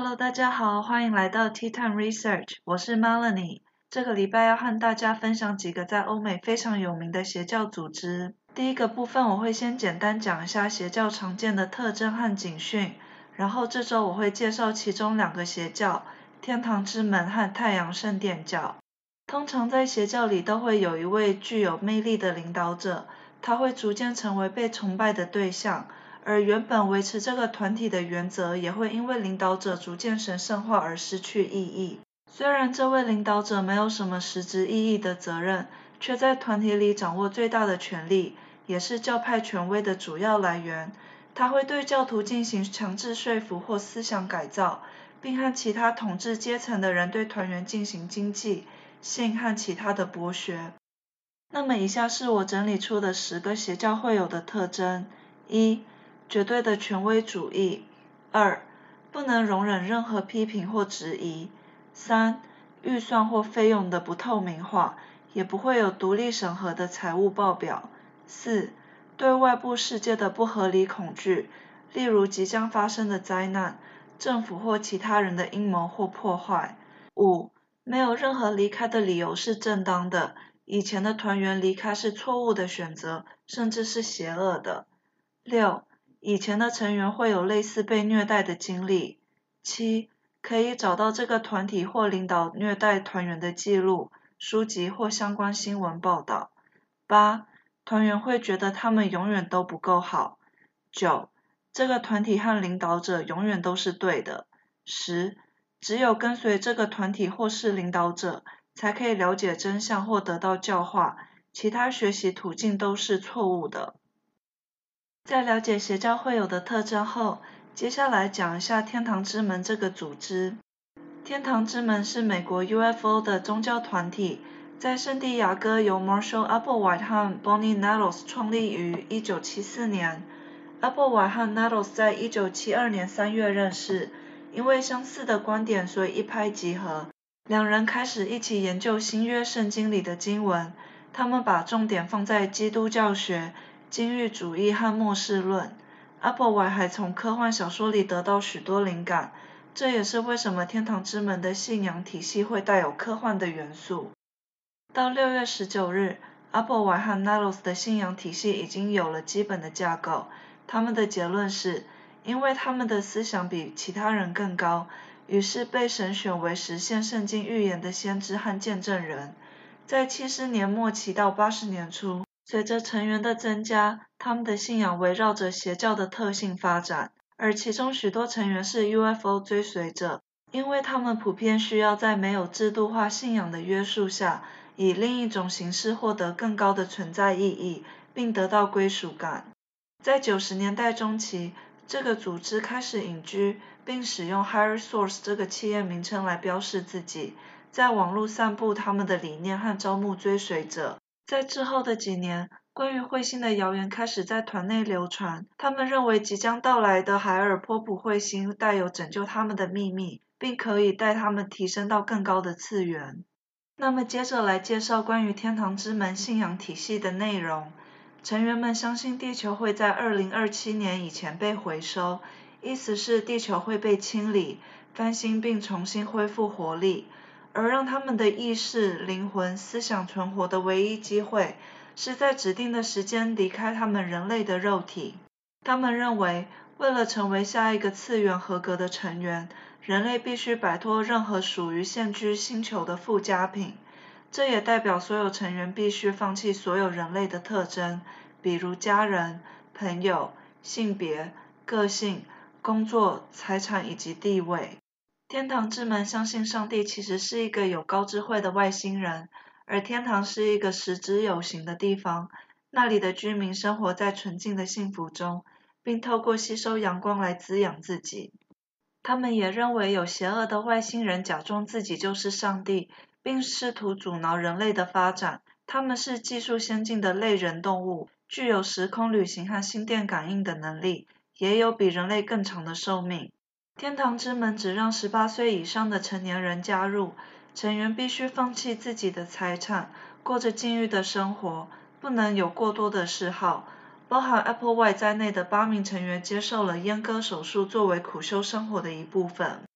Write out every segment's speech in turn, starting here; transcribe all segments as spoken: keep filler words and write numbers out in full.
Hello， 大家好，欢迎来到 Tea Time Research， 我是 Melanie。这个礼拜要和大家分享几个在欧美非常有名的邪教组织。第一个部分我会先简单讲一下邪教常见的特征和警讯，然后这周我会介绍其中两个邪教，天堂之门和太阳圣殿教。通常在邪教里都会有一位具有魅力的领导者，他会逐渐成为被崇拜的对象。而原本维持这个团体的原则也会因为领导者逐渐神圣化而失去意义。虽然这位领导者没有什么实质意义的责任，却在团体里掌握最大的权力，也是教派权威的主要来源。他会对教徒进行强制说服或思想改造，并和其他统治阶层的人对团员进行经济、性和其他的剥削。那么以下是我整理出的十个邪教会有的特征：一、绝对的权威主义；二、不能容忍任何批评或质疑；三、预算或费用的不透明化，也不会有独立审核的财务报表；四、对外部世界的不合理恐惧，例如即将发生的灾难、政府或其他人的阴谋或破坏；五、没有任何离开的理由是正当的，以前的团员离开是错误的选择，甚至是邪恶的；六、以前的成员会有类似被虐待的经历；七、可以找到这个团体或领导虐待团员的记录、书籍或相关新闻报道；八、团员会觉得他们永远都不够好；九、这个团体和领导者永远都是对的；十、只有跟随这个团体或是领导者，才可以了解真相或得到教化，其他学习途径都是错误的。在了解邪教会有的特征后，接下来讲一下天堂之门这个组织。天堂之门是美国 U F O 的宗教团体，在圣地亚哥由 Marshall Applewhite 和 Bonnie Nettles 创立于一九七四年。Applewhite 和 Nettles 在一九七二年三月认识，因为相似的观点，所以一拍即合。两人开始一起研究新约圣经里的经文，他们把重点放在基督教学、禁欲主义和末世论。Applewhite 还从科幻小说里得到许多灵感，这也是为什么天堂之门的信仰体系会带有科幻的元素。到六月十九日 ，Applewhite 和 Nettles 的信仰体系已经有了基本的架构。他们的结论是，因为他们的思想比其他人更高，于是被神选为实现圣经预言的先知和见证人。在七十年末期到八十年初，随着成员的增加，他们的信仰围绕着邪教的特性发展，而其中许多成员是 U F O 追随者，因为他们普遍需要在没有制度化信仰的约束下，以另一种形式获得更高的存在意义，并得到归属感。在九十年代中期，这个组织开始隐居，并使用 Higher Source 这个企业名称来标示自己，在网络散布他们的理念和招募追随者。在之后的几年，关于彗星的谣言开始在团内流传，他们认为即将到来的海尔波普彗星带有拯救他们的秘密，并可以带他们提升到更高的次元。那么接着来介绍关于天堂之门信仰体系的内容。成员们相信地球会在二零二七年以前被回收，意思是地球会被清理、翻新并重新恢复活力，而让他们的意识、灵魂、思想存活的唯一机会，是在指定的时间离开他们人类的肉体。他们认为，为了成为下一个次元合格的成员，人类必须摆脱任何属于现居星球的附加品。这也代表所有成员必须放弃所有人类的特征，比如家人、朋友、性别、个性、工作、财产以及地位。天堂之门相信上帝其实是一个有高智慧的外星人，而天堂是一个实质有形的地方，那里的居民生活在纯净的幸福中，并透过吸收阳光来滋养自己。他们也认为有邪恶的外星人假装自己就是上帝，并试图阻挠人类的发展。他们是技术先进的类人动物，具有时空旅行和心电感应的能力，也有比人类更长的寿命。天堂之门只让十八岁以上的成年人加入，成员必须放弃自己的财产，过着禁欲的生活，不能有过多的嗜好。包含 Applewhite 在内的八名成员接受了阉割手术作为苦修生活的一部分。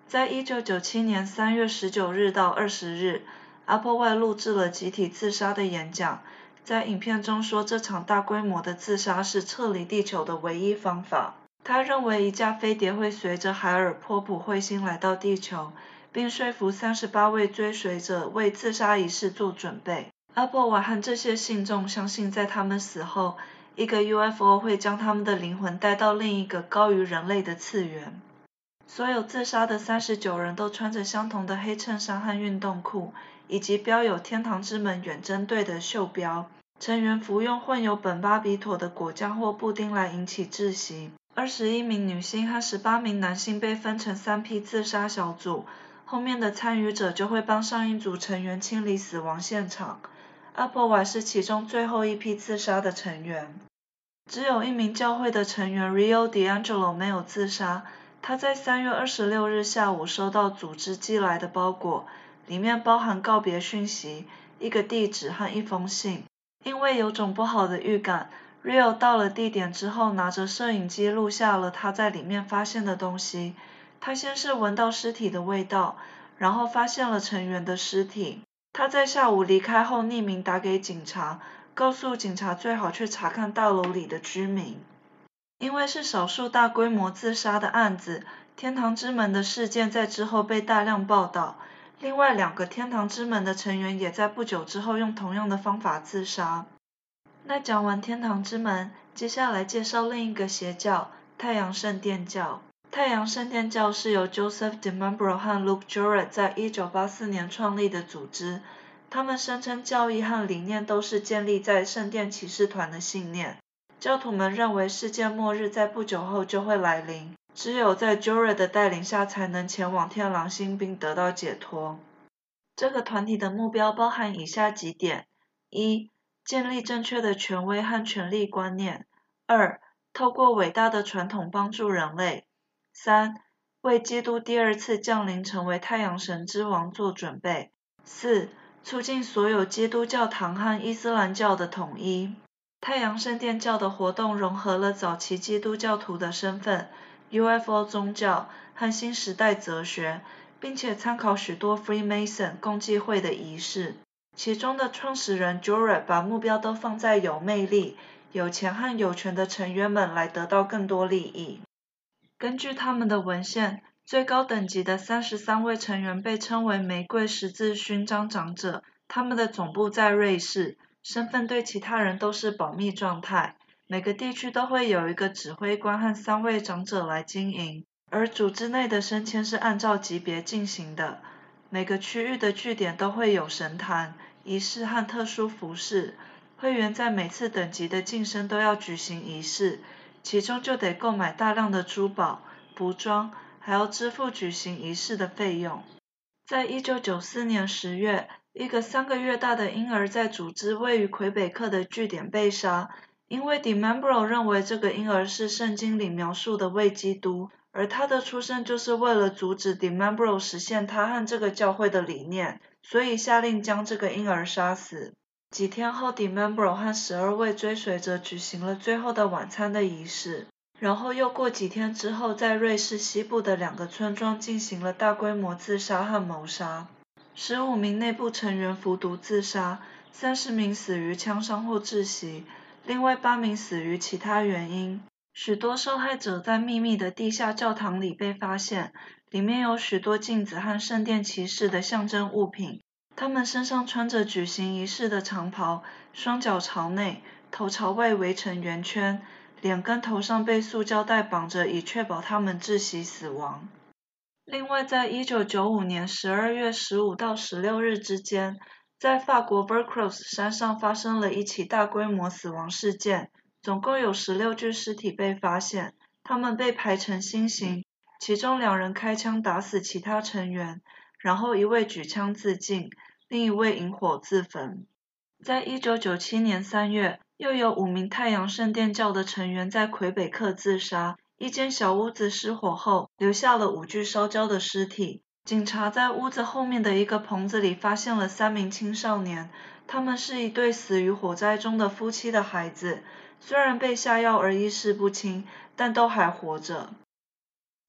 在一九九七年三月十九日到二十日 ，Applewhite 录制了集体自杀的演讲，在影片中说这场大规模的自杀是撤离地球的唯一方法。他认为一架飞碟会随着海尔波普彗星来到地球，并说服三十八位追随者为自杀仪式做准备。Applewhite 和这些信众相信在他们死后，一个 U F O 会将他们的灵魂带到另一个高于人类的次元。所有自杀的三十九人都穿着相同的黑衬衫和运动裤，以及标有天堂之门远征队的袖标。成员服用混有苯巴比妥的果酱或布丁来引起窒息。二十一名女性和十八名男性被分成三批自杀小组，后面的参与者就会帮上一组成员清理死亡现场。Applewhite 是其中最后一批自杀的成员。只有一名教会的成员 Rio DeAngelo 没有自杀，他在三月二十六日下午收到组织寄来的包裹，里面包含告别讯息、一个地址和一封信。因为有种不好的预感， Rio 到了地点之后拿着摄影机录下了他在里面发现的东西。他先是闻到尸体的味道，然后发现了成员的尸体。他在下午离开后匿名打给警察，告诉警察最好去查看大楼里的居民。因为是少数大规模自杀的案子，天堂之门的事件在之后被大量报道。另外两个天堂之门的成员也在不久之后用同样的方法自杀。那讲完天堂之门，接下来介绍另一个邪教——太阳圣殿教。太阳圣殿教是由 Joseph DiMembro 和 Luke Jurett 在一九八四年创立的组织，他们声称教义和理念都是建立在圣殿骑士团的信念。教徒们认为世界末日在不久后就会来临，只有在 Jurett 的带领下才能前往天狼星并得到解脱。这个团体的目标包含以下几点：一、建立正确的权威和权力观念；二、透过伟大的传统帮助人类；三、为基督第二次降临成为太阳神之王做准备；四、促进所有基督教堂和伊斯兰教的统一。太阳圣殿教的活动融合了早期基督教徒的身份、U F O 宗教和新时代哲学，并且参考许多 Freemason 共济会的仪式。其中的创始人 Jurett 把目标都放在有魅力、有钱和有权的成员们来得到更多利益。根据他们的文献，最高等级的三十三位成员被称为玫瑰十字勋章长者，他们的总部在瑞士，身份对其他人都是保密状态。每个地区都会有一个指挥官和三位长者来经营，而组织内的升迁是按照级别进行的。每个区域的据点都会有神坛、仪式和特殊服饰。会员在每次等级的晋升都要举行仪式，其中就得购买大量的珠宝、服装，还要支付举行仪式的费用。在一九九四年十月，一个三个月大的婴儿在组织位于魁北克的据点被杀，因为 DiMembro 认为这个婴儿是圣经里描述的伪基督，而他的出生就是为了阻止 DiMembro 实现他和这个教会的理念，所以下令将这个婴儿杀死。几天后 DiMembro 和十二位追随者举行了最后的晚餐的仪式，然后又过几天之后在瑞士西部的两个村庄进行了大规模自杀和谋杀。十五名内部成员服毒自杀，三十名死于枪伤或窒息，另外八名死于其他原因。许多受害者在秘密的地下教堂里被发现，里面有许多镜子和圣殿骑士的象征物品。他们身上穿着举行仪式的长袍，双脚朝内，头朝外围成圆圈，脸跟头上被塑胶带绑着，以确保他们窒息死亡。另外，在一九九五年十二月十五到十六日之间，在法国 Vercors 山上发生了一起大规模死亡事件，总共有十六具尸体被发现，他们被排成星形，其中两人开枪打死其他成员，然后一位举枪自尽，另一位引火自焚。在一九九七年三月，又有五名太阳圣殿教的成员在魁北克自杀，一间小屋子失火后，留下了五具烧焦的尸体。警察在屋子后面的一个棚子里发现了三名青少年，他们是一对死于火灾中的夫妻的孩子，虽然被下药而意识不清，但都还活着。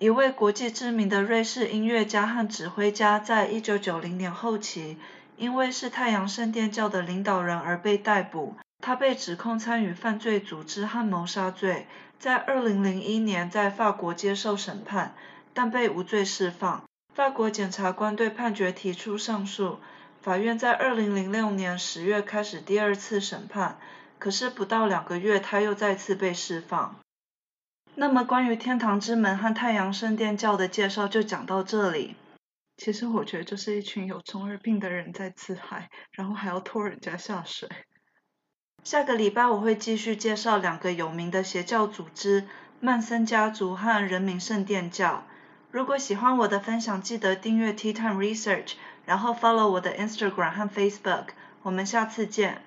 一位国际知名的瑞士音乐家和指挥家，在一九九零年后期，因为是太阳圣殿教的领导人而被逮捕。他被指控参与犯罪组织和谋杀罪，在二零零一年在法国接受审判，但被无罪释放。法国检察官对判决提出上诉，法院在二零零六年十月开始第二次审判，可是不到两个月他又再次被释放。那么关于天堂之门和太阳圣殿教的介绍就讲到这里。其实我觉得就是一群有中二病的人在自嗨，然后还要拖人家下水。下个礼拜我会继续介绍两个有名的邪教组织，曼森家族和人民圣殿教。如果喜欢我的分享，记得订阅 Tea Time Research， 然后 follow 我的 Instagram 和 Facebook。我们下次见。